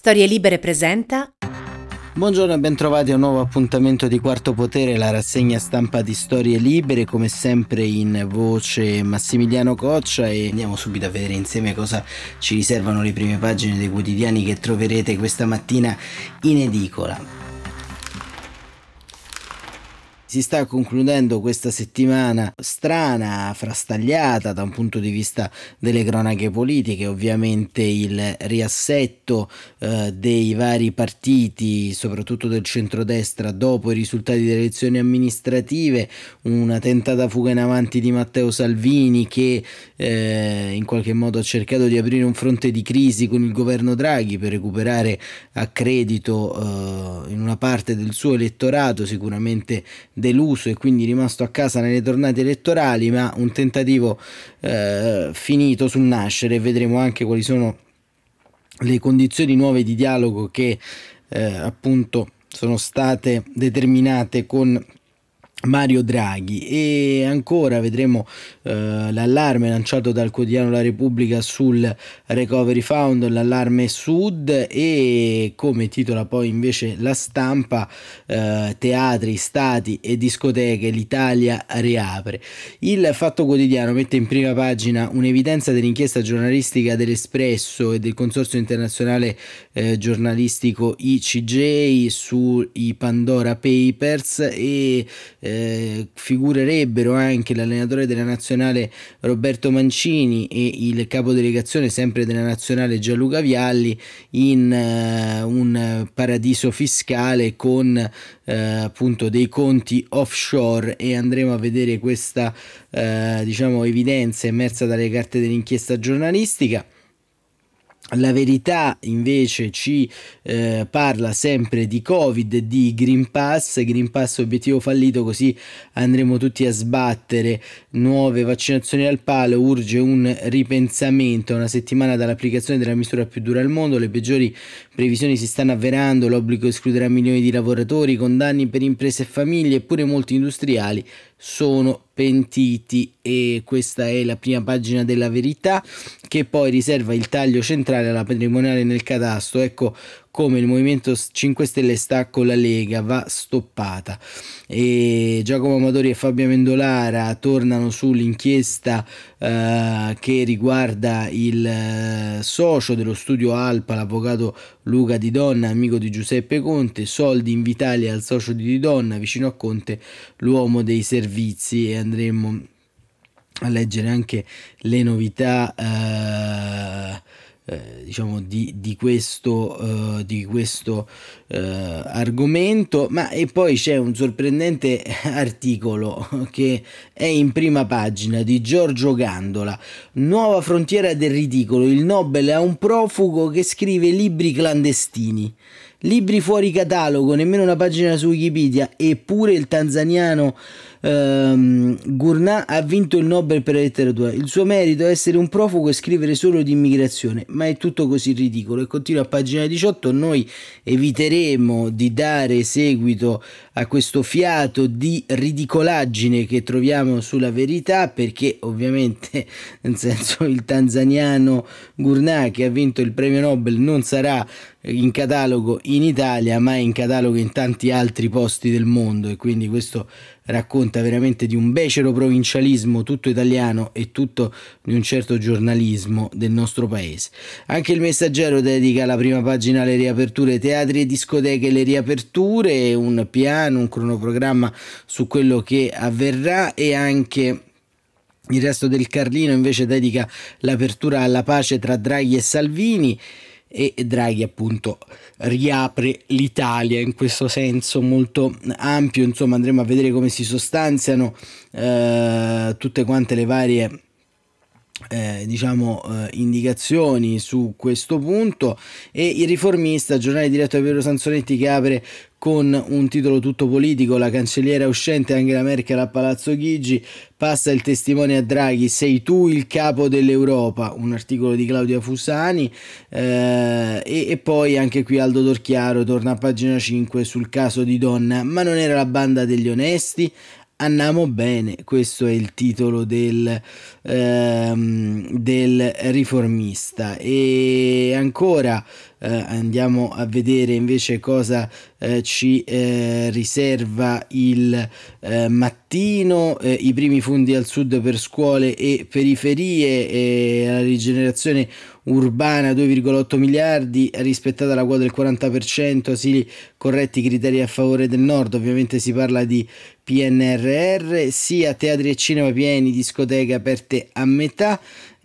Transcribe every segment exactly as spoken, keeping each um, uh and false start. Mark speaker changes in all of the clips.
Speaker 1: Storie Libere presenta.
Speaker 2: Buongiorno e bentrovati a un nuovo appuntamento di Quarto Potere, la rassegna stampa di Storie Libere, come sempre in voce Massimiliano Coccia, e andiamo subito a vedere insieme cosa ci riservano le prime pagine dei quotidiani che troverete questa mattina in edicola. Si sta concludendo questa settimana strana, frastagliata da un punto di vista delle cronache politiche, ovviamente il riassetto eh, dei vari partiti, soprattutto del centrodestra, dopo i risultati delle elezioni amministrative, una tentata fuga in avanti di Matteo Salvini che eh, in qualche modo ha cercato di aprire un fronte di crisi con il governo Draghi per recuperare accredito eh, in una parte del suo elettorato, sicuramente deluso e quindi rimasto a casa nelle tornate elettorali, ma un tentativo eh, finito sul nascere. Vedremo anche quali sono le condizioni nuove di dialogo che eh, appunto sono state determinate con Mario Draghi. E ancora vedremo eh, l'allarme lanciato dal quotidiano La Repubblica sul Recovery Fund, l'allarme Sud, e come titola poi invece La Stampa, eh, teatri, stati e discoteche, l'Italia riapre. Il Fatto Quotidiano mette in prima pagina un'evidenza dell'inchiesta giornalistica dell'Espresso e del Consorzio Internazionale eh, Giornalistico I C J sui Pandora Papers, e eh, figurerebbero anche l'allenatore della nazionale Roberto Mancini e il capodelegazione sempre della nazionale Gianluca Vialli in uh, un paradiso fiscale con uh, appunto dei conti offshore, e andremo a vedere questa uh, diciamo evidenza emersa dalle carte dell'inchiesta giornalistica. La Verità invece ci eh, parla sempre di Covid, di Green Pass, Green Pass obiettivo fallito, così andremo tutti a sbattere, nuove vaccinazioni al palo, urge un ripensamento, una settimana dall'applicazione della misura più dura al mondo, le peggiori previsioni si stanno avverando, l'obbligo escluderà milioni di lavoratori, con danni per imprese e famiglie, eppure molti industriali sono pentiti. E questa è la prima pagina della Verità, che poi riserva il taglio centrale alla patrimoniale nel catasto. Ecco come il Movimento cinque Stelle sta con la Lega, va stoppata. E Giacomo Amadori e Fabio Amendolara tornano sull'inchiesta eh, che riguarda il eh, socio dello studio Alpa, l'avvocato Luca Di Donna, amico di Giuseppe Conte, soldi in Vitalia al socio di Di Donna, vicino a Conte l'uomo dei servizi, e andremo a leggere anche le novità eh, eh, diciamo di, di questo, eh, di questo eh, argomento. Ma e poi c'è un sorprendente articolo che è in prima pagina di Giorgio Gandola: nuova frontiera del ridicolo, il Nobel a un profugo che scrive libri clandestini. Libri fuori catalogo, nemmeno una pagina su Wikipedia. Eppure il tanzaniano ehm, Gurnah ha vinto il Nobel per la letteratura. Il suo merito è essere un profugo e scrivere solo di immigrazione, ma è tutto così ridicolo. E continua a pagina diciotto: noi eviteremo di dare seguito a questo fiato di ridicolaggine che troviamo sulla Verità, perché ovviamente, nel senso, il tanzaniano Gurnah, che ha vinto il premio Nobel, non sarà in catalogo in Italia, ma è in catalogo in tanti altri posti del mondo, e quindi questo racconta veramente di un becero provincialismo tutto italiano e tutto di un certo giornalismo del nostro paese. Anche il Messaggero dedica la prima pagina alle riaperture, teatri e discoteche, le riaperture, un piano, un cronoprogramma su quello che avverrà. E anche il Resto del Carlino invece dedica l'apertura alla pace tra Draghi e Salvini, e Draghi appunto riapre l'Italia in questo senso molto ampio. Insomma, andremo a vedere come si sostanziano eh, tutte quante le varie Eh, diciamo eh, indicazioni su questo punto. E il Riformista, giornale diretto da Piero Sansonetti, che apre con un titolo tutto politico: la cancelliera uscente Angela Merkel a Palazzo Chigi, passa il testimone a Draghi, sei tu il capo dell'Europa, un articolo di Claudia Fusani. eh, e, e poi anche qui Aldo Torchiaro torna a pagina cinque sul caso Di Donna: ma non era la banda degli onesti? Andiamo bene, questo è il titolo del, ehm, del Riformista. E ancora eh, andiamo a vedere invece cosa eh, ci eh, riserva il eh, mattino. Eh, i primi fondi al sud per scuole e periferie, e la rigenerazione urbana due virgola otto miliardi, rispettata la quota del quaranta per cento, asili corretti, criteri a favore del nord. Ovviamente si parla di P N R R, sia teatri e cinema pieni, discoteche aperte a metà.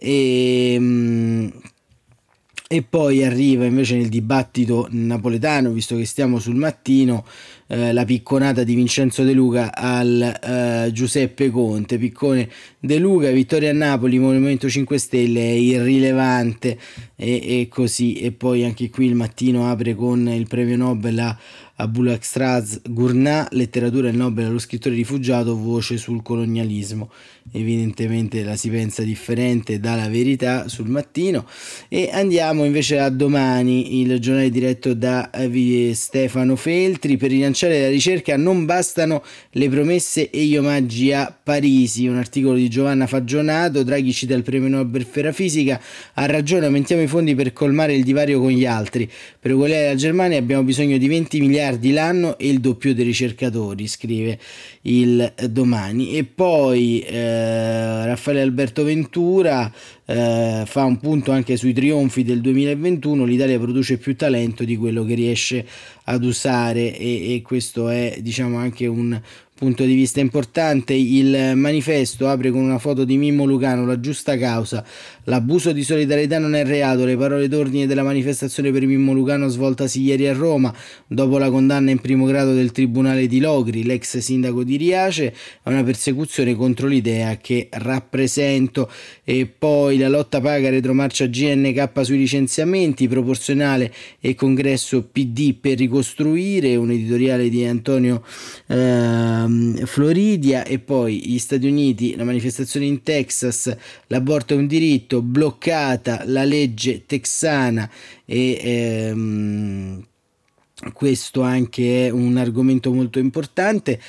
Speaker 2: E, e poi arriva invece nel dibattito napoletano, visto che stiamo sul mattino, eh, la picconata di Vincenzo De Luca al eh, Giuseppe Conte. Piccone De Luca, vittoria a Napoli, Movimento cinque Stelle è irrilevante, e, e così. E poi anche qui il mattino apre con il premio Nobel a Abuelastraz Gurnah, letteratura, il Nobel allo scrittore rifugiato, voce sul colonialismo. Evidentemente la si pensa differente dalla verità sul mattino. E andiamo invece a Domani, il giornale diretto da Stefano Feltri. Per rilanciare la ricerca non bastano le promesse e gli omaggi a Parisi, un articolo di Giovanna Fagionato. Draghi cita il premio Nobel per la fisica, ha ragione, aumentiamo i fondi per colmare il divario con gli altri, per uguagliare la Germania abbiamo bisogno di venti miliardi l'anno e il doppio dei ricercatori, scrive il Domani. E poi eh, Raffaele Alberto Ventura eh, fa un punto anche sui trionfi del duemilaventuno. L'Italia produce più talento di quello che riesce ad usare, e, e questo è, diciamo, anche un punto di vista importante. Il Manifesto apre con una foto di Mimmo Lucano, la giusta causa, l'abuso di solidarietà non è reato, le parole d'ordine della manifestazione per Mimmo Lucano svoltasi ieri a Roma dopo la condanna in primo grado del tribunale di Logri, l'ex sindaco di Riace, è una persecuzione contro l'idea che rappresento. E poi la lotta paga, retromarcia G N K sui licenziamenti, proporzionale e congresso P D per ricostruire, un editoriale di Antonio eh, Floridia. E poi gli Stati Uniti, la manifestazione in Texas, l'aborto è un diritto, bloccata la legge texana. E ehm, questo anche è un argomento molto importante.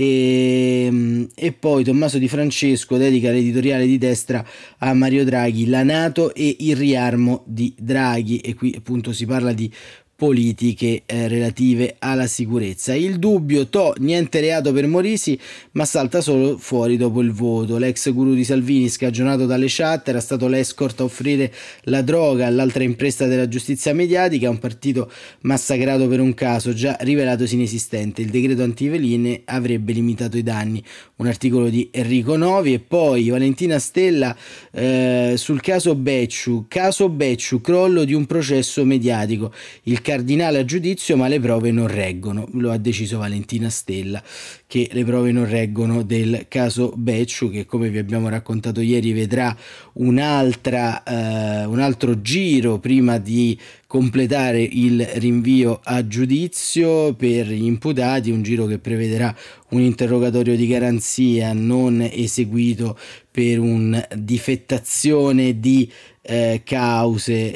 Speaker 2: E, e poi Tommaso Di Francesco dedica l'editoriale di destra a Mario Draghi, la NATO e il riarmo di Draghi, e qui appunto si parla di politiche eh, relative alla sicurezza. Il Dubbio, to niente reato per Morisi, ma salta solo fuori dopo il voto. L'ex guru di Salvini, scagionato dalle chat, era stato l'escort a offrire la droga all'altra impresta della giustizia mediatica, un partito massacrato per un caso già rivelatosi inesistente. Il decreto antiveline avrebbe limitato i danni, un articolo di Enrico Novi. E poi Valentina Stella eh, sul caso Becciu, caso Becciu, crollo di un processo mediatico, il cardinale a giudizio ma le prove non reggono. Lo ha deciso Valentina Stella, che le prove non reggono del caso Becciu, che come vi abbiamo raccontato ieri vedrà un'altra, eh, un altro giro prima di completare il rinvio a giudizio per gli imputati, un giro che prevederà un interrogatorio di garanzia non eseguito per un difettazione di eh, cause,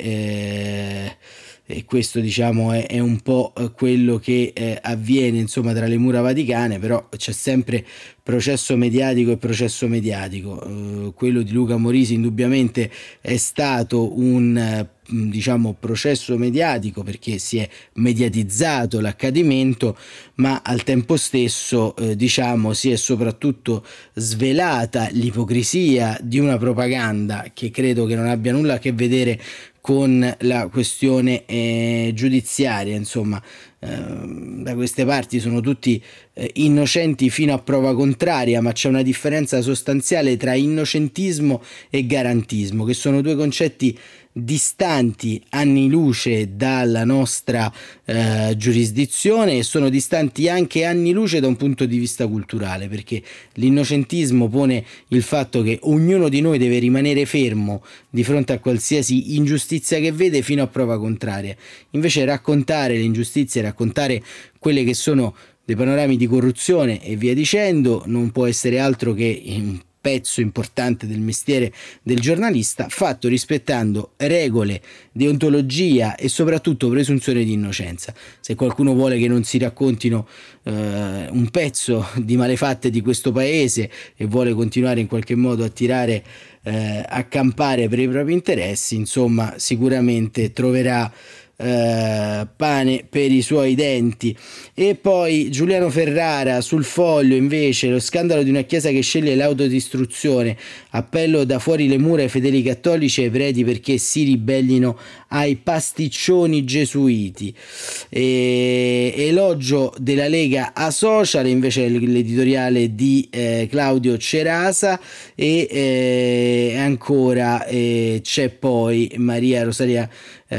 Speaker 2: eh, e questo, diciamo, è, è un po' quello che eh, avviene, insomma, tra le mura vaticane. Però c'è sempre processo mediatico e processo mediatico. Uh, quello di Luca Morisi indubbiamente è stato un diciamo processo mediatico, perché si è mediatizzato l'accadimento, ma al tempo stesso eh, diciamo si è soprattutto svelata l'ipocrisia di una propaganda che credo che non abbia nulla a che vedere con la questione eh, giudiziaria. Insomma, eh, da queste parti sono tutti eh, innocenti fino a prova contraria, ma c'è una differenza sostanziale tra innocentismo e garantismo, che sono due concetti distanti anni luce dalla nostra eh, giurisdizione, e sono distanti anche anni luce da un punto di vista culturale, perché l'innocentismo pone il fatto che ognuno di noi deve rimanere fermo di fronte a qualsiasi ingiustizia che vede fino a prova contraria. Invece raccontare le ingiustizie, raccontare quelle che sono dei panorami di corruzione e via dicendo, non può essere altro che in pezzo importante del mestiere del giornalista, fatto rispettando regole, deontologia e soprattutto presunzione di innocenza. Se qualcuno vuole che non si raccontino eh, un pezzo di malefatte di questo paese e vuole continuare in qualche modo a tirare eh, a campare per i propri interessi, insomma sicuramente troverà Uh, pane per i suoi denti. E poi Giuliano Ferrara sul Foglio, invece, lo scandalo di una chiesa che sceglie l'autodistruzione, appello da fuori le mura ai fedeli cattolici e ai preti perché si ribellino ai pasticcioni gesuiti. E, elogio della Lega a social, invece l'editoriale di eh, Claudio Cerasa. E eh, ancora eh, c'è poi Maria Rosaria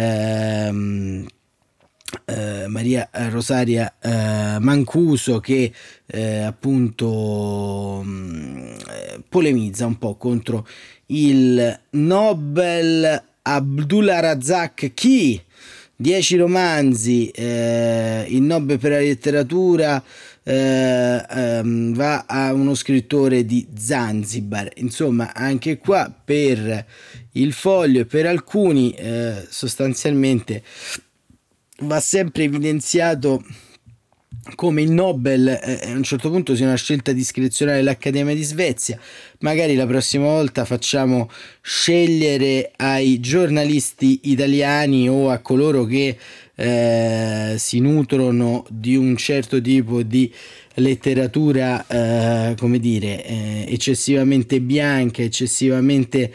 Speaker 2: Ehm, eh, Maria Rosaria eh, Mancuso che eh, appunto mh, polemizza un po' contro il Nobel Abdulrazak Chi, dieci romanzi, eh, il Nobel per la letteratura eh, ehm, va a uno scrittore di Zanzibar. Insomma, anche qua per il Foglio e per alcuni eh, sostanzialmente va sempre evidenziato come il Nobel eh, a un certo punto sia una scelta discrezionale dell'Accademia di Svezia. Magari la prossima volta facciamo scegliere ai giornalisti italiani o a coloro che eh, si nutrono di un certo tipo di letteratura eh, come dire eh, eccessivamente bianca, eccessivamente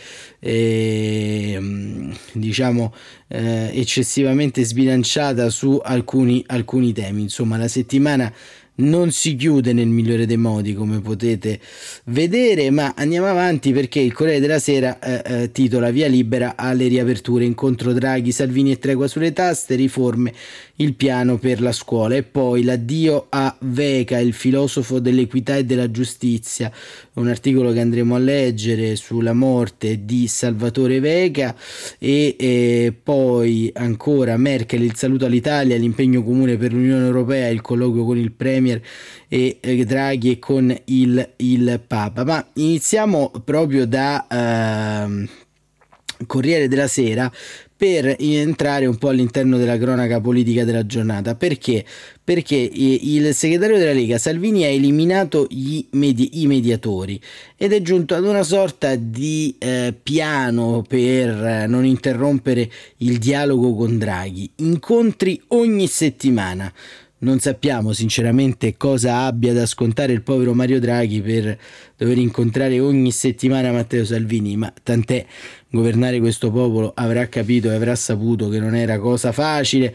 Speaker 2: eh, diciamo eh, eccessivamente sbilanciata su alcuni, alcuni temi. Insomma, la settimana non si chiude nel migliore dei modi, come potete vedere, ma andiamo avanti perché il Corriere della Sera eh, eh, titola via libera alle riaperture, incontro Draghi, Salvini e tregua sulle tasse, riforme, il piano per la scuola. E poi l'addio a Veca, il filosofo dell'equità e della giustizia, un articolo che andremo a leggere sulla morte di Salvatore Veca. E eh, poi ancora Merkel, il saluto all'Italia, l'impegno comune per l'Unione Europea, il colloquio con il Premier e eh, Draghi e con il, il Papa. Ma iniziamo proprio da eh, Corriere della Sera per entrare un po' all'interno della cronaca politica della giornata. Perché? Perché il segretario della Lega Salvini ha eliminato gli medi- i mediatori ed è giunto ad una sorta di eh, piano per non interrompere il dialogo con Draghi. Incontri ogni settimana. Non sappiamo sinceramente cosa abbia da scontare il povero Mario Draghi per dover incontrare ogni settimana Matteo Salvini, ma tant'è, governare questo popolo avrà capito e avrà saputo che non era cosa facile.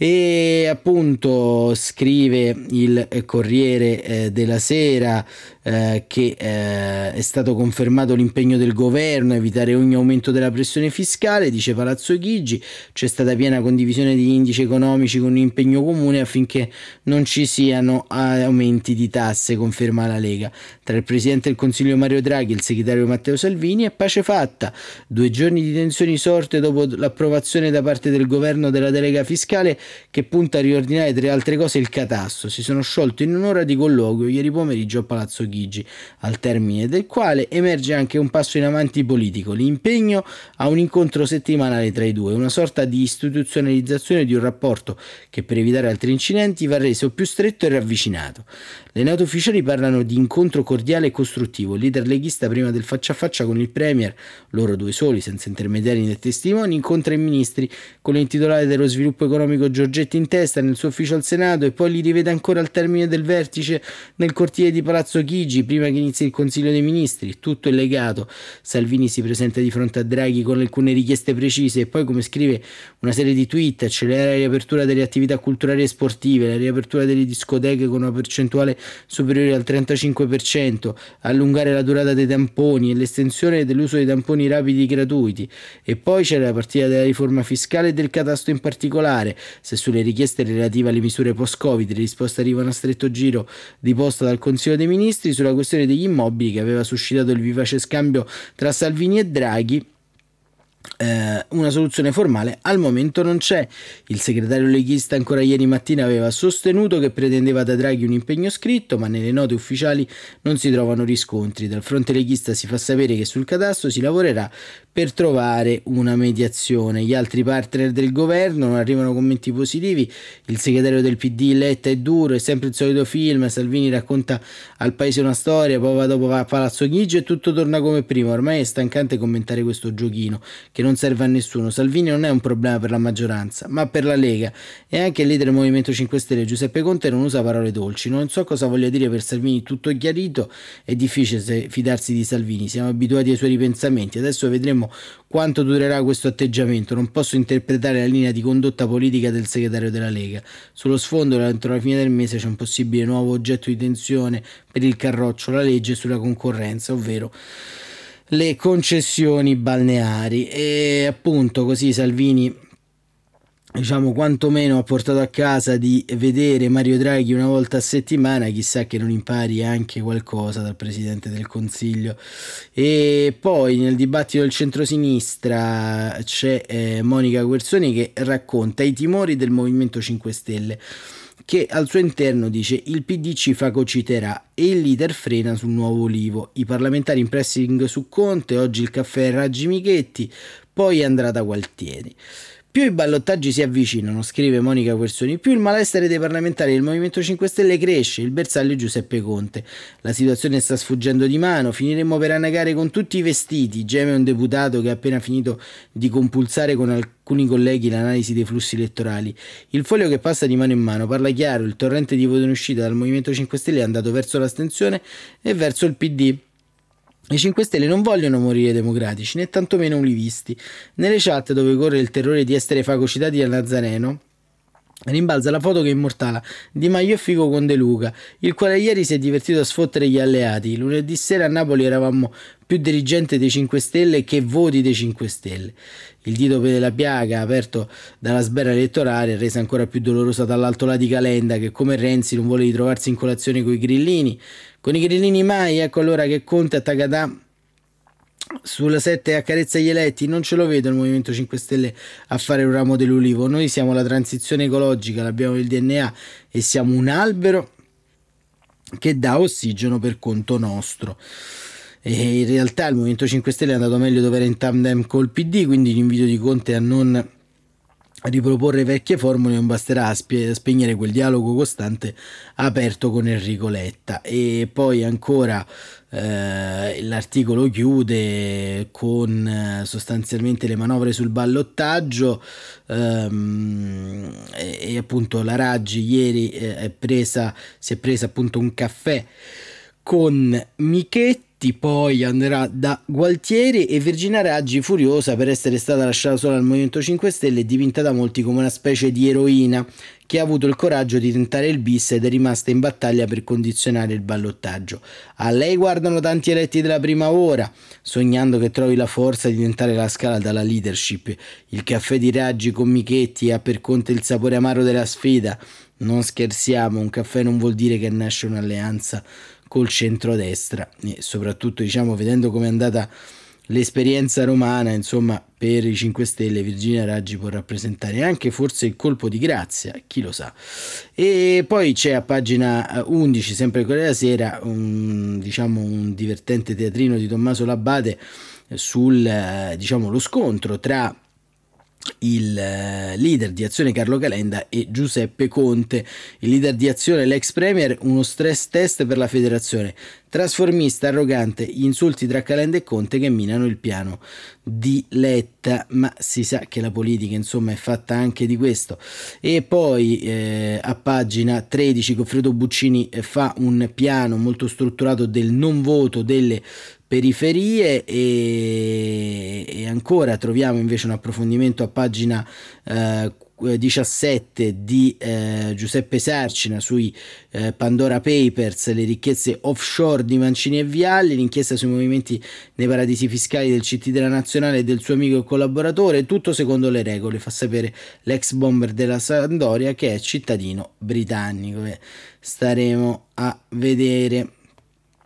Speaker 2: E appunto scrive il Corriere eh, della Sera eh, che eh, è stato confermato l'impegno del governo a evitare ogni aumento della pressione fiscale, dice Palazzo Chigi, c'è stata piena condivisione degli indici economici con un impegno comune affinché non ci siano aumenti di tasse, conferma la Lega. Tra il Presidente del Consiglio Mario Draghi e il segretario Matteo Salvini è pace fatta. Due giorni di tensioni sorte dopo l'approvazione da parte del governo della delega fiscale che punta a riordinare tra le altre cose il catasto. Si sono sciolti in un'ora di colloquio ieri pomeriggio a Palazzo Chigi, al termine del quale emerge anche un passo in avanti politico, l'impegno a un incontro settimanale tra i due, una sorta di istituzionalizzazione di un rapporto che per evitare altri incidenti va reso più stretto e ravvicinato. Le note ufficiali parlano di incontro cordiale e costruttivo. Il leader leghista prima del faccia a faccia con il Premier, loro due soli, senza intermediari né testimoni, incontra i ministri con l'intitolare dello sviluppo economico Giorgetti in testa nel suo ufficio al Senato e poi li rivede ancora al termine del vertice nel cortile di Palazzo Chigi prima che inizi il Consiglio dei Ministri. Tutto è legato. Salvini si presenta di fronte a Draghi con alcune richieste precise e poi, come scrive una serie di tweet, accelerare la riapertura delle attività culturali e sportive, la riapertura delle discoteche con una percentuale superiore al trentacinque per cento, allungare la durata dei tamponi e l'estensione dell'uso dei tamponi rapidi gratuiti. E poi c'è la partita della riforma fiscale e del catasto in particolare. Se sulle richieste relative alle misure post-Covid le risposte arrivano a stretto giro di posta dal Consiglio dei Ministri, sulla questione degli immobili che aveva suscitato il vivace scambio tra Salvini e Draghi Eh, una soluzione formale al momento non c'è. Il segretario leghista ancora ieri mattina aveva sostenuto che pretendeva da Draghi un impegno scritto, ma nelle note ufficiali non si trovano riscontri. Dal fronte leghista si fa sapere che sul catasto si lavorerà per trovare una mediazione. Gli altri partner del governo non arrivano commenti positivi. Il segretario del P D Letta è duro, è sempre il solito film. Salvini racconta al paese una storia, poi va dopo va a Palazzo Chigi e tutto torna come prima. Ormai è stancante commentare questo giochino che non serve a nessuno. Salvini non è un problema per la maggioranza, ma per la Lega, e anche il leader del Movimento cinque Stelle Giuseppe Conte non usa parole dolci. Non so cosa voglia dire per Salvini tutto chiarito, è difficile fidarsi di Salvini, siamo abituati ai suoi ripensamenti, adesso vedremo quanto durerà questo atteggiamento. Non posso interpretare la linea di condotta politica del segretario della Lega. Sullo sfondo, entro la fine del mese c'è un possibile nuovo oggetto di tensione per il Carroccio, la legge sulla concorrenza, ovvero le concessioni balneari. E appunto così Salvini, diciamo, quantomeno ha portato a casa di vedere Mario Draghi una volta a settimana, chissà che non impari anche qualcosa dal Presidente del Consiglio. E poi nel dibattito del centrosinistra c'è eh, Monica Guerzoni che racconta i timori del Movimento cinque Stelle, che al suo interno dice il P D ci fagociterà e il leader frena sul nuovo Ulivo, i parlamentari in pressing su Conte, oggi il caffè Raggi Michetti, poi andrà da Gualtieri. Più i ballottaggi si avvicinano, scrive Monica Guerzoni, più il malessere dei parlamentari del Movimento cinque Stelle cresce, il bersaglio è Giuseppe Conte. La situazione sta sfuggendo di mano, finiremo per annegare con tutti i vestiti, geme un deputato che ha appena finito di compulsare con alcuni colleghi l'analisi dei flussi elettorali. Il foglio che passa di mano in mano parla chiaro, il torrente di voto in uscita dal Movimento cinque Stelle è andato verso l'astensione e verso il P D. I cinque Stelle non vogliono morire democratici, né tantomeno ulivisti. Nelle chat dove corre il terrore di essere fagocitati dal Nazareno, rimbalza la foto che immortala Di Maio e Fico con De Luca, il quale ieri si è divertito a sfottere gli alleati. Lunedì sera a Napoli eravamo più dirigenti dei cinque Stelle che voti dei cinque Stelle. Il dito della piaga aperto dalla sberla elettorale resa ancora più dolorosa dall'alto là di Calenda, che come Renzi non vuole ritrovarsi in colazione coi grillini. Con i grillini mai, ecco allora che Conte attacca sulla sette accarezza gli eletti. Non ce lo vedo il Movimento cinque Stelle a fare un ramo dell'ulivo. Noi siamo la transizione ecologica, l'abbiamo il D N A e siamo un albero che dà ossigeno per conto nostro. E in realtà il Movimento cinque Stelle è andato meglio dove era in tandem col P D, quindi l'invito di Conte a non riproporre vecchie formule non basterà a spie- spegnere quel dialogo costante aperto con Enrico Letta. E poi ancora eh, l'articolo chiude con eh, sostanzialmente le manovre sul ballottaggio ehm, e, e appunto la Raggi ieri eh, è presa, si è presa appunto un caffè con Michetti, poi andrà da Gualtieri, e Virginia Raggi, furiosa per essere stata lasciata sola al Movimento cinque Stelle, è dipinta da molti come una specie di eroina che ha avuto il coraggio di tentare il bis ed è rimasta in battaglia per condizionare il ballottaggio. A lei guardano tanti eletti della prima ora, sognando che trovi la forza di tentare la scala dalla leadership. Il caffè di Raggi con Michetti ha per Conte il sapore amaro della sfida. Non scherziamo, un caffè non vuol dire che nasce un'alleanza col centrodestra, e soprattutto, diciamo, vedendo come è andata l'esperienza romana, insomma, per i cinque Stelle Virginia Raggi può rappresentare anche forse il colpo di grazia, chi lo sa. E poi c'è a pagina undici, sempre quella della sera, un, diciamo, un divertente teatrino di Tommaso Labate sul, diciamo, lo scontro tra il leader di Azione Carlo Calenda e Giuseppe Conte. Il leader di Azione, l'ex premier, uno stress test per la federazione, trasformista, arrogante, gli insulti tra Calenda e Conte che minano il piano di Letta, ma si sa che la politica insomma è fatta anche di questo. E poi eh, a pagina tredici Goffredo Buccini fa un piano molto strutturato del non voto delle periferie, e, e ancora troviamo invece un approfondimento a pagina eh, diciassette di eh, Giuseppe Sarcina sui eh, Pandora Papers, le ricchezze offshore di Mancini e Vialli, l'inchiesta sui movimenti nei paradisi fiscali del C T della Nazionale e del suo amico e collaboratore, tutto secondo le regole, fa sapere l'ex bomber della Sampdoria che è cittadino britannico. Staremo a vedere.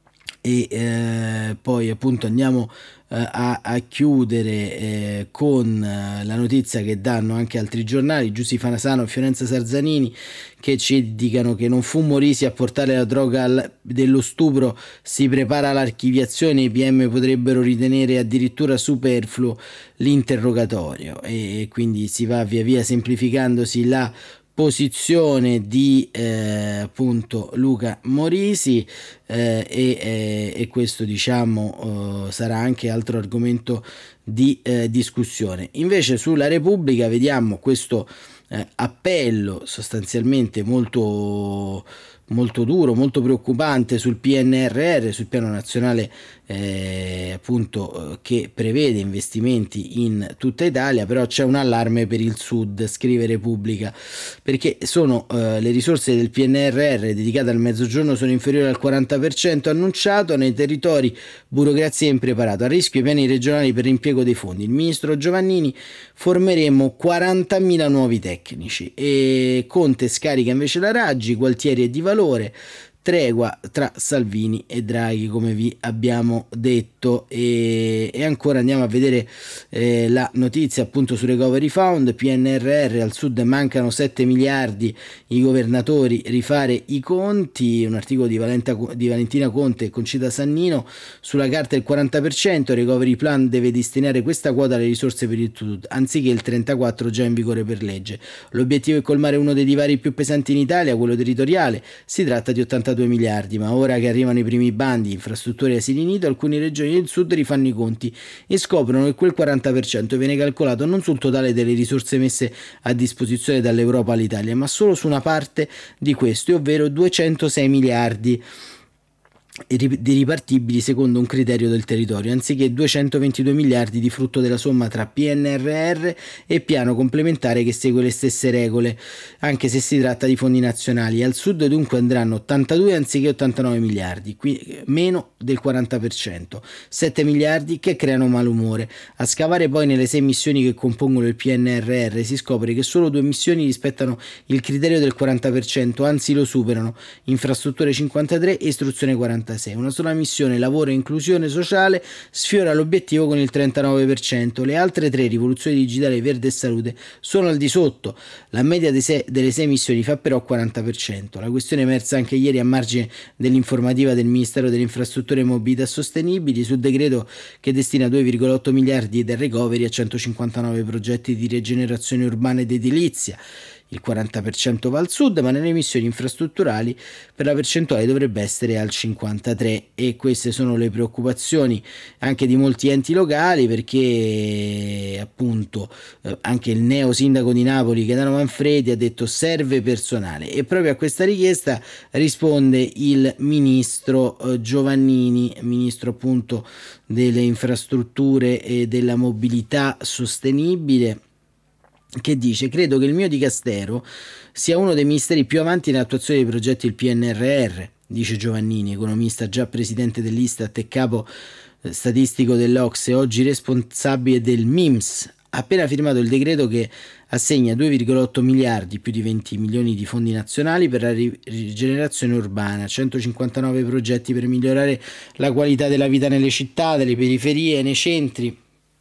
Speaker 2: E eh, poi appunto andiamo eh, a, a chiudere eh, con eh, la notizia che danno anche altri giornali, Giussi Fanasano e Fiorenza Sarzanini, che ci indicano che non fu Morisi a portare la droga al, dello stupro, si prepara l'archiviazione, i P M potrebbero ritenere addirittura superfluo l'interrogatorio, e quindi si va via via semplificandosi la posizione di eh, appunto Luca Morisi, eh, e, eh, e questo diciamo eh, sarà anche altro argomento di eh, discussione. Invece sulla Repubblica vediamo questo eh, appello sostanzialmente molto molto duro, molto preoccupante sul P N R R, sul piano nazionale eh, appunto eh, che prevede investimenti in tutta Italia, però c'è un allarme per il Sud, scrive Repubblica, perché sono eh, le risorse del P N R R dedicate al Mezzogiorno sono inferiori al quaranta per cento annunciato, nei territori burocrazia impreparata, a rischio i piani regionali per l'impiego dei fondi. Il ministro Giovannini: formeremo quarantamila nuovi tecnici, e Conte scarica invece la Raggi, Gualtieri e Di Valore, tregua tra Salvini e Draghi, come vi abbiamo detto. E, e ancora andiamo a vedere eh, la notizia appunto su Recovery Fund, P N R R, al Sud mancano sette miliardi, i governatori rifare i conti, un articolo di, Valenta, di Valentina Conte e Concita Sannino, sulla carta il quaranta per cento, il Recovery Plan deve destinare questa quota alle risorse per il Sud, anziché il trentaquattro per cento già in vigore per legge. L'obiettivo è colmare uno dei divari più pesanti in Italia, quello territoriale, si tratta di ottantadue miliardi, ma ora che arrivano i primi bandi, infrastrutture e asili nido, alcune regioni del Sud rifanno i conti e scoprono che quel quaranta per cento viene calcolato non sul totale delle risorse messe a disposizione dall'Europa all'Italia, ma solo su una parte di queste, ovvero duecentosei miliardi di ripartibili secondo un criterio del territorio, anziché duecentoventidue miliardi di frutto della somma tra P N R R e piano complementare che segue le stesse regole, anche se si tratta di fondi nazionali. Al Sud dunque andranno ottantadue anziché ottantanove miliardi, qui meno del quaranta per cento, sette miliardi che creano malumore. A scavare poi nelle sei missioni che compongono il P N R R si scopre che solo due missioni rispettano il criterio del quaranta per cento, anzi lo superano: infrastrutture cinquantatré e istruzione quarantasei. Una sola missione, lavoro e inclusione sociale, sfiora l'obiettivo con il trentanove per cento. Le altre tre, rivoluzione digitale, verde e salute, sono al di sotto. La media sei, delle sei missioni fa però quaranta per cento. La questione è emersa anche ieri a margine dell'informativa del Ministero delle Infrastrutture e Mobilità Sostenibili sul decreto che destina due virgola otto miliardi del recovery a centocinquantanove progetti di rigenerazione urbana ed edilizia. Il quaranta per cento va al Sud, ma nelle missioni infrastrutturali per la percentuale dovrebbe essere al cinquantatré per cento, e queste sono le preoccupazioni anche di molti enti locali, perché appunto eh, anche il neo sindaco di Napoli Gaetano Manfredi ha detto serve personale, e proprio a questa richiesta risponde il ministro eh, Giovannini, ministro appunto delle infrastrutture e della mobilità sostenibile, che dice: credo che il mio dicastero sia uno dei ministeri più avanti nell'attuazione dei progetti del P N R R, dice Giovannini, economista già presidente dell'Istat e capo statistico dell'Ocse, oggi responsabile del M I M S. Ha appena firmato il decreto che assegna due virgola otto miliardi, più di venti milioni di fondi nazionali per la rigenerazione urbana, centocinquantanove progetti per migliorare la qualità della vita nelle città, delle periferie e nei centri,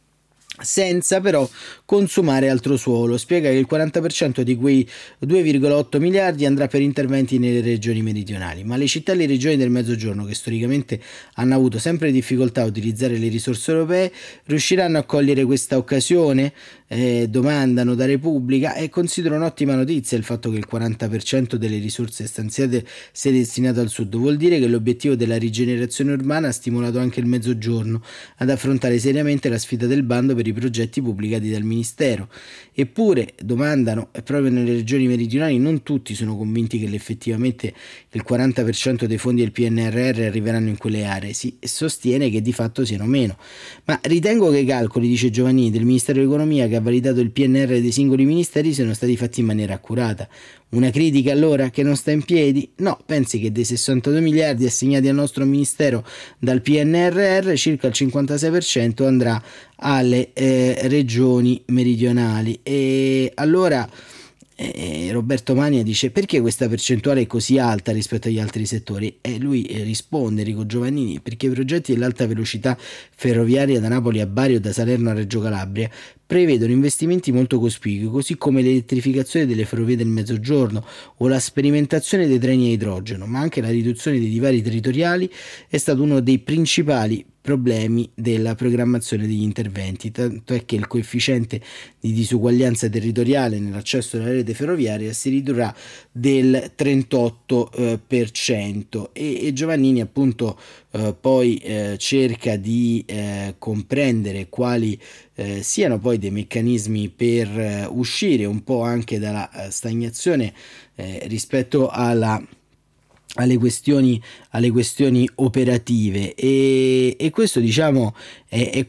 Speaker 2: senza però consumare altro suolo. Spiega che il quaranta per cento di quei due virgola otto miliardi andrà per interventi nelle regioni meridionali, ma le città e le regioni del Mezzogiorno, che storicamente hanno avuto sempre difficoltà a utilizzare le risorse europee, riusciranno a cogliere questa occasione? Eh, domandano da Repubblica, e considero un'ottima notizia il fatto che il quaranta per cento delle risorse stanziate sia destinato al Sud. Vuol dire che l'obiettivo della rigenerazione urbana ha stimolato anche il Mezzogiorno ad affrontare seriamente la sfida del bando per i progetti pubblicati dal Ministero. Eppure, domandano, e proprio nelle regioni meridionali non tutti sono convinti che effettivamente il quaranta per cento dei fondi del P N R R arriveranno in quelle aree. Si sostiene che di fatto siano meno. Ma ritengo che i calcoli, dice Giovannini, del Ministero dell'Economia, che ha validato il P N R R dei singoli ministeri, siano stati fatti in maniera accurata. Una critica allora che non sta in piedi? No, pensi che dei sessantadue miliardi assegnati al nostro ministero dal P N R R circa il cinquantasei per cento andrà alle eh, regioni meridionali. E allora eh, Roberto Mania dice: perché questa percentuale è così alta rispetto agli altri settori? E lui eh, risponde, Enrico Giovannini: perché i progetti dell'alta velocità ferroviaria da Napoli a Bari o da Salerno a Reggio Calabria prevedono investimenti molto cospicui, così come l'elettrificazione delle ferrovie del Mezzogiorno o la sperimentazione dei treni a idrogeno, ma anche la riduzione dei divari territoriali è stato uno dei principali problemi della programmazione degli interventi, tanto è che il coefficiente di disuguaglianza territoriale nell'accesso alla rete ferroviaria si ridurrà del trentotto eh, per cento e, e Giovannini appunto eh, poi eh, cerca di eh, comprendere quali eh, siano poi dei meccanismi per eh, uscire un po' anche dalla eh, stagnazione eh, rispetto alla alle questioni, alle questioni operative e, e questo diciamo è, è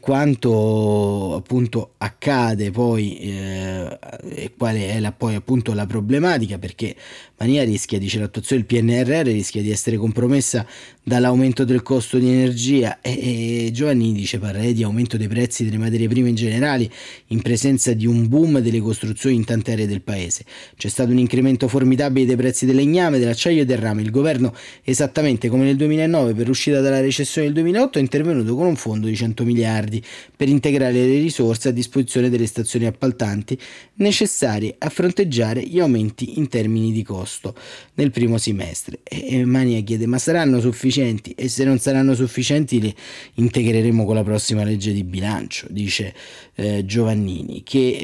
Speaker 2: quanto appunto accade poi eh, e quale è la, poi appunto la problematica, perché Mania rischia, dice, l'attuazione del P N R R rischia di essere compromessa dall'aumento del costo di energia e, e Giovanni dice: parlerei di aumento dei prezzi delle materie prime in generale in presenza di un boom delle costruzioni in tante aree del paese. C'è stato un incremento formidabile dei prezzi del legname, dell'acciaio e del rame. Il governo, esattamente come nel duemilanove per l'uscita dalla recessione del duemilaotto, è intervenuto con un fondo di cento miliardi per integrare le risorse a disposizione delle stazioni appaltanti necessarie a fronteggiare gli aumenti in termini di costo nel primo semestre. E Mania chiede: ma saranno sufficienti? E se non saranno sufficienti li integreremo con la prossima legge di bilancio, dice eh, Giovannini, che,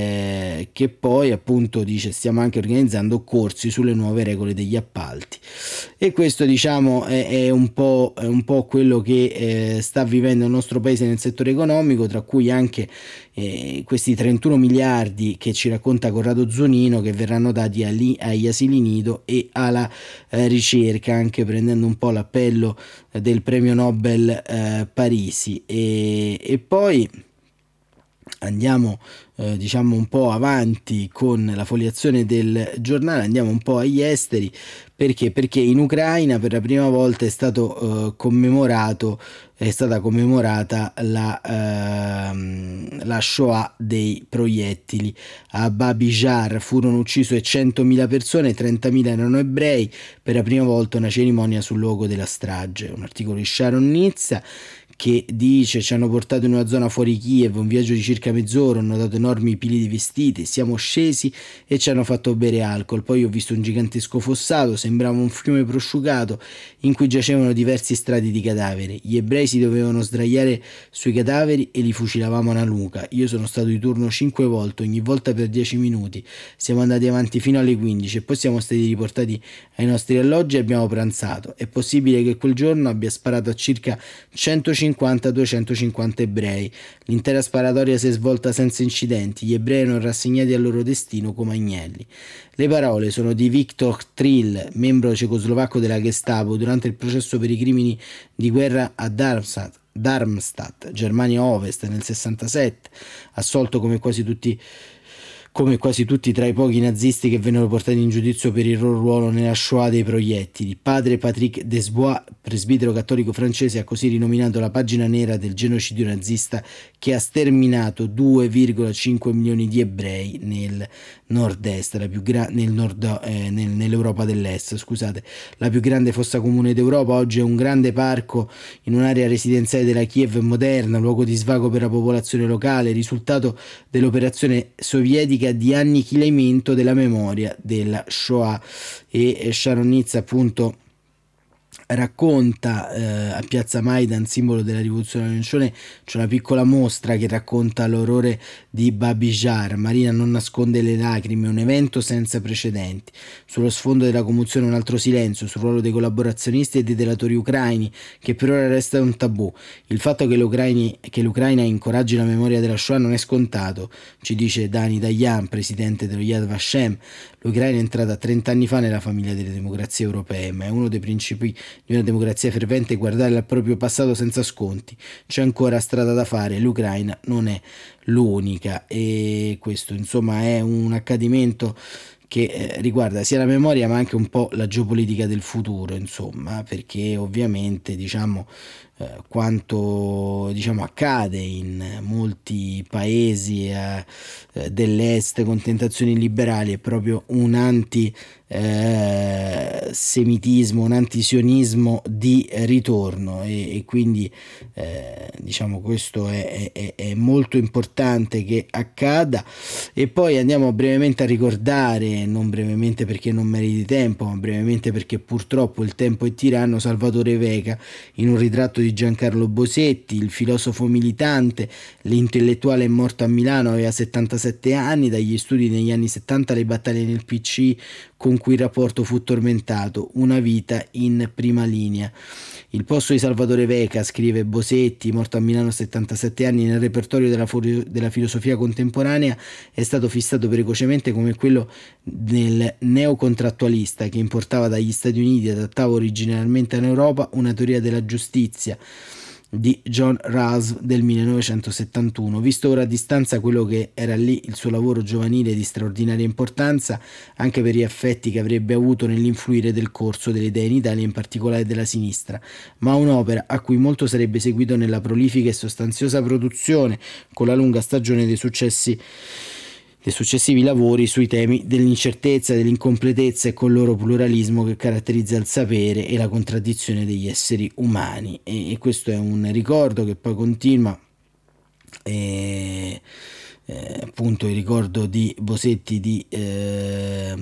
Speaker 2: eh, che poi appunto dice: stiamo anche organizzando corsi sulle nuove regole degli appalti. E questo diciamo è, è, un, po', è un po' quello che eh, sta vivendo il nostro paese nel settore economico, tra cui anche eh, questi trentuno miliardi che ci racconta Corrado Zunino, che verranno dati agli, agli asili nido e alla eh, ricerca, anche prendendo un po' l'appello eh, del premio Nobel eh, Parisi. E, e poi andiamo eh, diciamo un po' avanti con la foliazione del giornale, andiamo un po' agli esteri. Perché? Perché in Ucraina per la prima volta è stato eh, commemorato è stata commemorata la, ehm, la Shoah dei proiettili. A Babi Jar furono uccise centomila persone, trentamila erano ebrei, per la prima volta una cerimonia sul luogo della strage. Un articolo di Sharon Nizza che dice: ci hanno portato in una zona fuori Kiev, un viaggio di circa mezz'ora, hanno dato enormi pili di vestiti, siamo scesi e ci hanno fatto bere alcol, poi ho visto un gigantesco fossato, sembrava un fiume prosciugato in cui giacevano diversi strati di cadaveri, gli ebrei si dovevano sdraiare sui cadaveri e li fucilavamo a nuca. Io sono stato di turno cinque volte, ogni volta per dieci minuti, siamo andati avanti fino alle quindici e poi siamo stati riportati ai nostri alloggi e abbiamo pranzato. È possibile che quel giorno abbia sparato a circa centocinquanta duecentocinquanta ebrei. L'intera sparatoria si è svolta senza incidenti, gli ebrei erano rassegnati al loro destino come agnelli. Le parole sono di Viktor Trill, membro cecoslovacco della Gestapo, durante il processo per i crimini di guerra a Darmstadt, Darmstadt, Germania Ovest, nel sessantasette, assolto come quasi tutti come quasi tutti tra i pochi nazisti che vennero portati in giudizio per il loro ruolo nella Shoah dei proiettili. Padre Patrick Desbois, presbitero cattolico francese, ha così rinominato la pagina nera del genocidio nazista che ha sterminato due virgola cinque milioni di ebrei nel nord-est, la più gra- nel nord, eh, nel, nell'Europa dell'Est, scusate. La più grande fossa comune d'Europa oggi è un grande parco in un'area residenziale della Kiev moderna, luogo di svago per la popolazione locale, risultato dell'operazione sovietica di annichilimento della memoria della Shoah. E Sharon Nitz appunto racconta eh, a Piazza Maidan, simbolo della rivoluzione arancione, c'è una piccola mostra che racconta l'orrore di Babi Jar. Marina non nasconde le lacrime, un evento senza precedenti. Sullo sfondo della commozione un altro silenzio sul ruolo dei collaborazionisti e dei delatori ucraini, che per ora resta un tabù. Il fatto che, che l'Ucraina incoraggi la memoria della Shoah non è scontato, ci dice Dani Dayan, presidente dello Yad Vashem. L'Ucraina è entrata trenta anni fa nella famiglia delle democrazie europee, ma è uno dei principi di una democrazia fervente guardare al proprio passato senza sconti. C'è ancora strada da fare, l'Ucraina non è l'unica. E questo insomma è un accadimento che eh, riguarda sia la memoria ma anche un po' la geopolitica del futuro, insomma, perché ovviamente diciamo eh, quanto diciamo accade in molti paesi eh, eh, dell'est con tentazioni liberali, è proprio un anti eh, semitismo, un antisionismo di ritorno e, e quindi eh, diciamo questo è, è, è molto importante che accada. E poi andiamo brevemente a ricordare, non brevemente perché non meriti tempo, ma brevemente perché purtroppo il tempo è tiranno, Salvatore Veca, in un ritratto di Giancarlo Bosetti, il filosofo militante, l'intellettuale è morto a Milano, aveva settantasette anni, dagli studi negli anni settanta alle battaglie nel P C con cui il rapporto fu tormentato, una vita in prima linea. Il posto di Salvatore Veca, scrive Bosetti, morto a Milano a settantasette anni, nel repertorio della, della filosofia contemporanea è stato fissato precocemente come quello del neocontrattualista che importava dagli Stati Uniti e adattava originariamente in Europa una teoria della giustizia di John Rawls del millenovecentosettantuno. Visto ora a distanza quello che era lì il suo lavoro giovanile di straordinaria importanza, anche per gli effetti che avrebbe avuto nell'influire del corso delle idee in Italia, in particolare della sinistra, ma un'opera a cui molto sarebbe seguito nella prolifica e sostanziosa produzione, con la lunga stagione dei successi dei successivi lavori sui temi dell'incertezza, dell'incompletezza e col loro pluralismo che caratterizza il sapere e la contraddizione degli esseri umani. E, e questo è un ricordo che poi continua, e, eh, appunto il ricordo di Bosetti di, eh,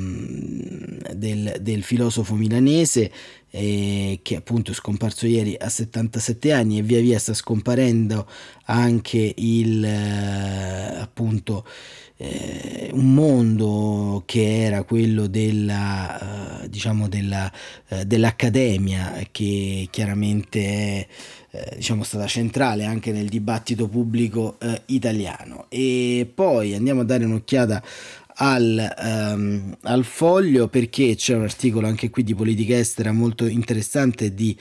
Speaker 2: del, del filosofo milanese eh, che appunto è scomparso ieri a settantasette anni e via via sta scomparendo anche il eh, appunto eh, un mondo che era quello della, uh, diciamo della, uh, dell'accademia, che chiaramente è eh, diciamo stata centrale anche nel dibattito pubblico eh, italiano. E poi andiamo a dare un'occhiata al, um, al Foglio, perché c'è un articolo anche qui di politica estera molto interessante di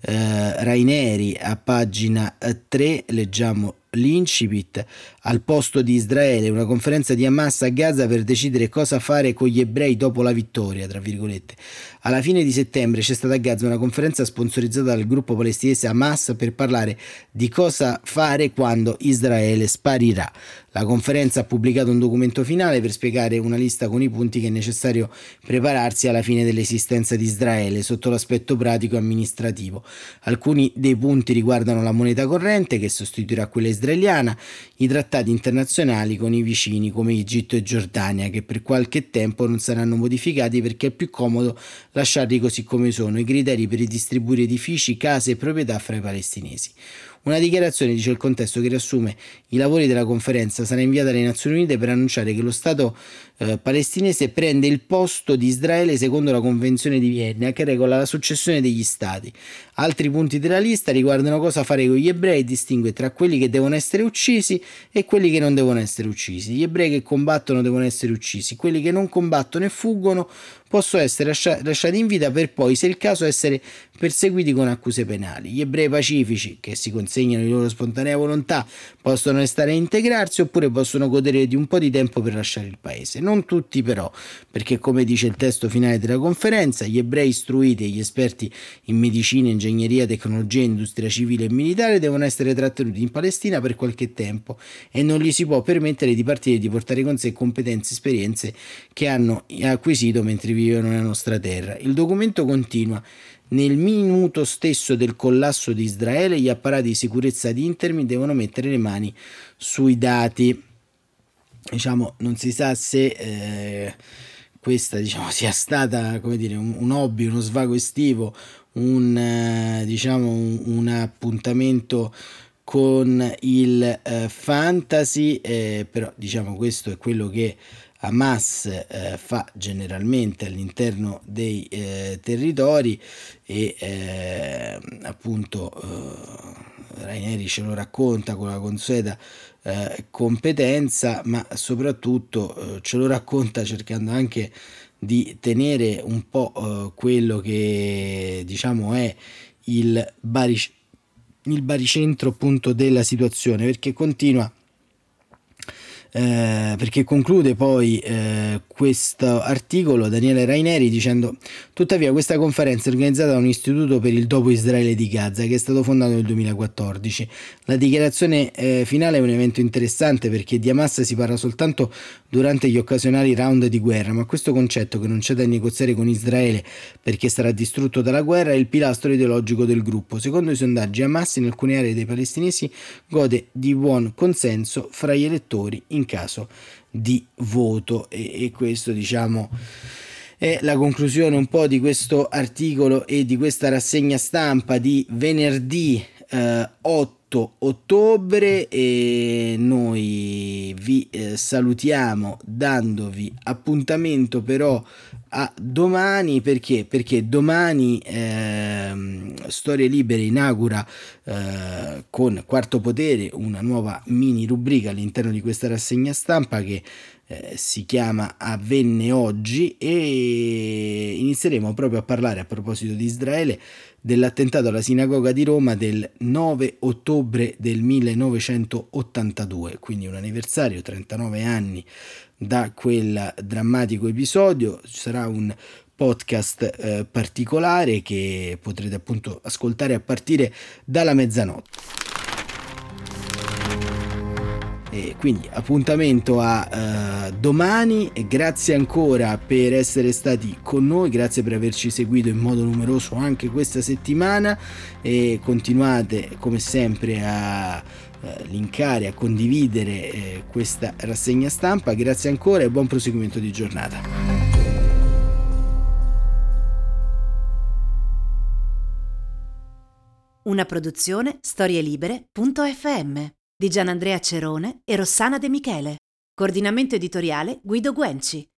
Speaker 2: eh, Raineri a pagina tre. Leggiamo l'incipit: al posto di Israele una conferenza di Hamas a Gaza per decidere cosa fare con gli ebrei dopo la vittoria, tra virgolette. Alla fine di settembre c'è stata a Gaza una conferenza sponsorizzata dal gruppo palestinese Hamas per parlare di cosa fare quando Israele sparirà. La conferenza ha pubblicato un documento finale per spiegare una lista con i punti che è necessario prepararsi alla fine dell'esistenza di Israele sotto l'aspetto pratico e amministrativo. Alcuni dei punti riguardano la moneta corrente, che sostituirà quella israeliana, i trattati internazionali con i vicini come Egitto e Giordania, che per qualche tempo non saranno modificati perché è più comodo lasciarli così come sono, i criteri per ridistribuire edifici, case e proprietà fra i palestinesi. Una dichiarazione, dice il contesto, che riassume i lavori della conferenza, sarà inviata alle Nazioni Unite per annunciare che lo Stato eh, palestinese prende il posto di Israele secondo la Convenzione di Vienna, che regola la successione degli Stati. Altri punti della lista riguardano cosa fare con gli ebrei e distingue tra quelli che devono essere uccisi e quelli che non devono essere uccisi. Gli ebrei che combattono devono essere uccisi, quelli che non combattono e fuggono possono essere lasciati in vita per poi, se il caso, essere perseguiti con accuse penali. Gli ebrei pacifici, che si consegnano di loro spontanea volontà, possono restare a integrarsi oppure possono godere di un po' di tempo per lasciare il paese. Non tutti però, perché come dice il testo finale della conferenza, gli ebrei istruiti e gli esperti in medicina, ingegneria, tecnologia, industria civile e militare devono essere trattenuti in Palestina per qualche tempo e non gli si può permettere di partire e di portare con sé competenze e esperienze che hanno acquisito mentre vivono nella nostra terra. Il documento continua: nel minuto stesso del collasso di Israele, gli apparati di sicurezza di Interim devono mettere le mani sui dati. Diciamo, non si sa se eh, questa, diciamo, sia stata, come dire, un, un hobby, uno svago estivo, un, eh, diciamo, un, un appuntamento con il eh, fantasy, eh, però diciamo questo è quello che Hamas eh, fa generalmente all'interno dei eh, territori e eh, appunto eh, Raineri ce lo racconta con la consueta eh, competenza, ma soprattutto eh, ce lo racconta cercando anche di tenere un po' eh, quello che diciamo è il, baric- il baricentro appunto della situazione, perché continua eh, perché conclude poi eh, questo articolo Daniele Raineri dicendo: tuttavia questa conferenza è organizzata da un istituto per il dopo Israele di Gaza che è stato fondato nel duemilaquattordici. La dichiarazione eh, finale è un evento interessante perché di Hamas si parla soltanto durante gli occasionali round di guerra, ma questo concetto che non c'è da negoziare con Israele perché sarà distrutto dalla guerra è il pilastro ideologico del gruppo. Secondo i sondaggi Hamas in alcune aree dei palestinesi gode di buon consenso fra gli elettori in caso di voto, e, e questo diciamo è la conclusione un po' di questo articolo e di questa rassegna stampa di venerdì eh, otto ottobre, e noi vi eh, salutiamo dandovi appuntamento però a domani. Perché? Perché domani ehm, Storie Libere inaugura eh, con Quarto Potere una nuova mini rubrica all'interno di questa rassegna stampa che eh, si chiama Avvenne oggi, e inizieremo proprio a parlare, a proposito di Israele, dell'attentato alla sinagoga di Roma del nove ottobre del millenovecentottantadue, quindi un anniversario, trentanove anni da quel drammatico episodio. Ci sarà un podcast eh, particolare che potrete appunto ascoltare a partire dalla mezzanotte. E quindi appuntamento a uh, domani, e grazie ancora per essere stati con noi, grazie per averci seguito in modo numeroso anche questa settimana, e continuate come sempre a uh, linkare, a condividere eh, questa rassegna stampa. Grazie ancora e buon proseguimento di giornata.
Speaker 1: Una produzione storielibere punto effe emme di Gianandrea Cerone e Rossana De Michele. Coordinamento editoriale Guido Guenci.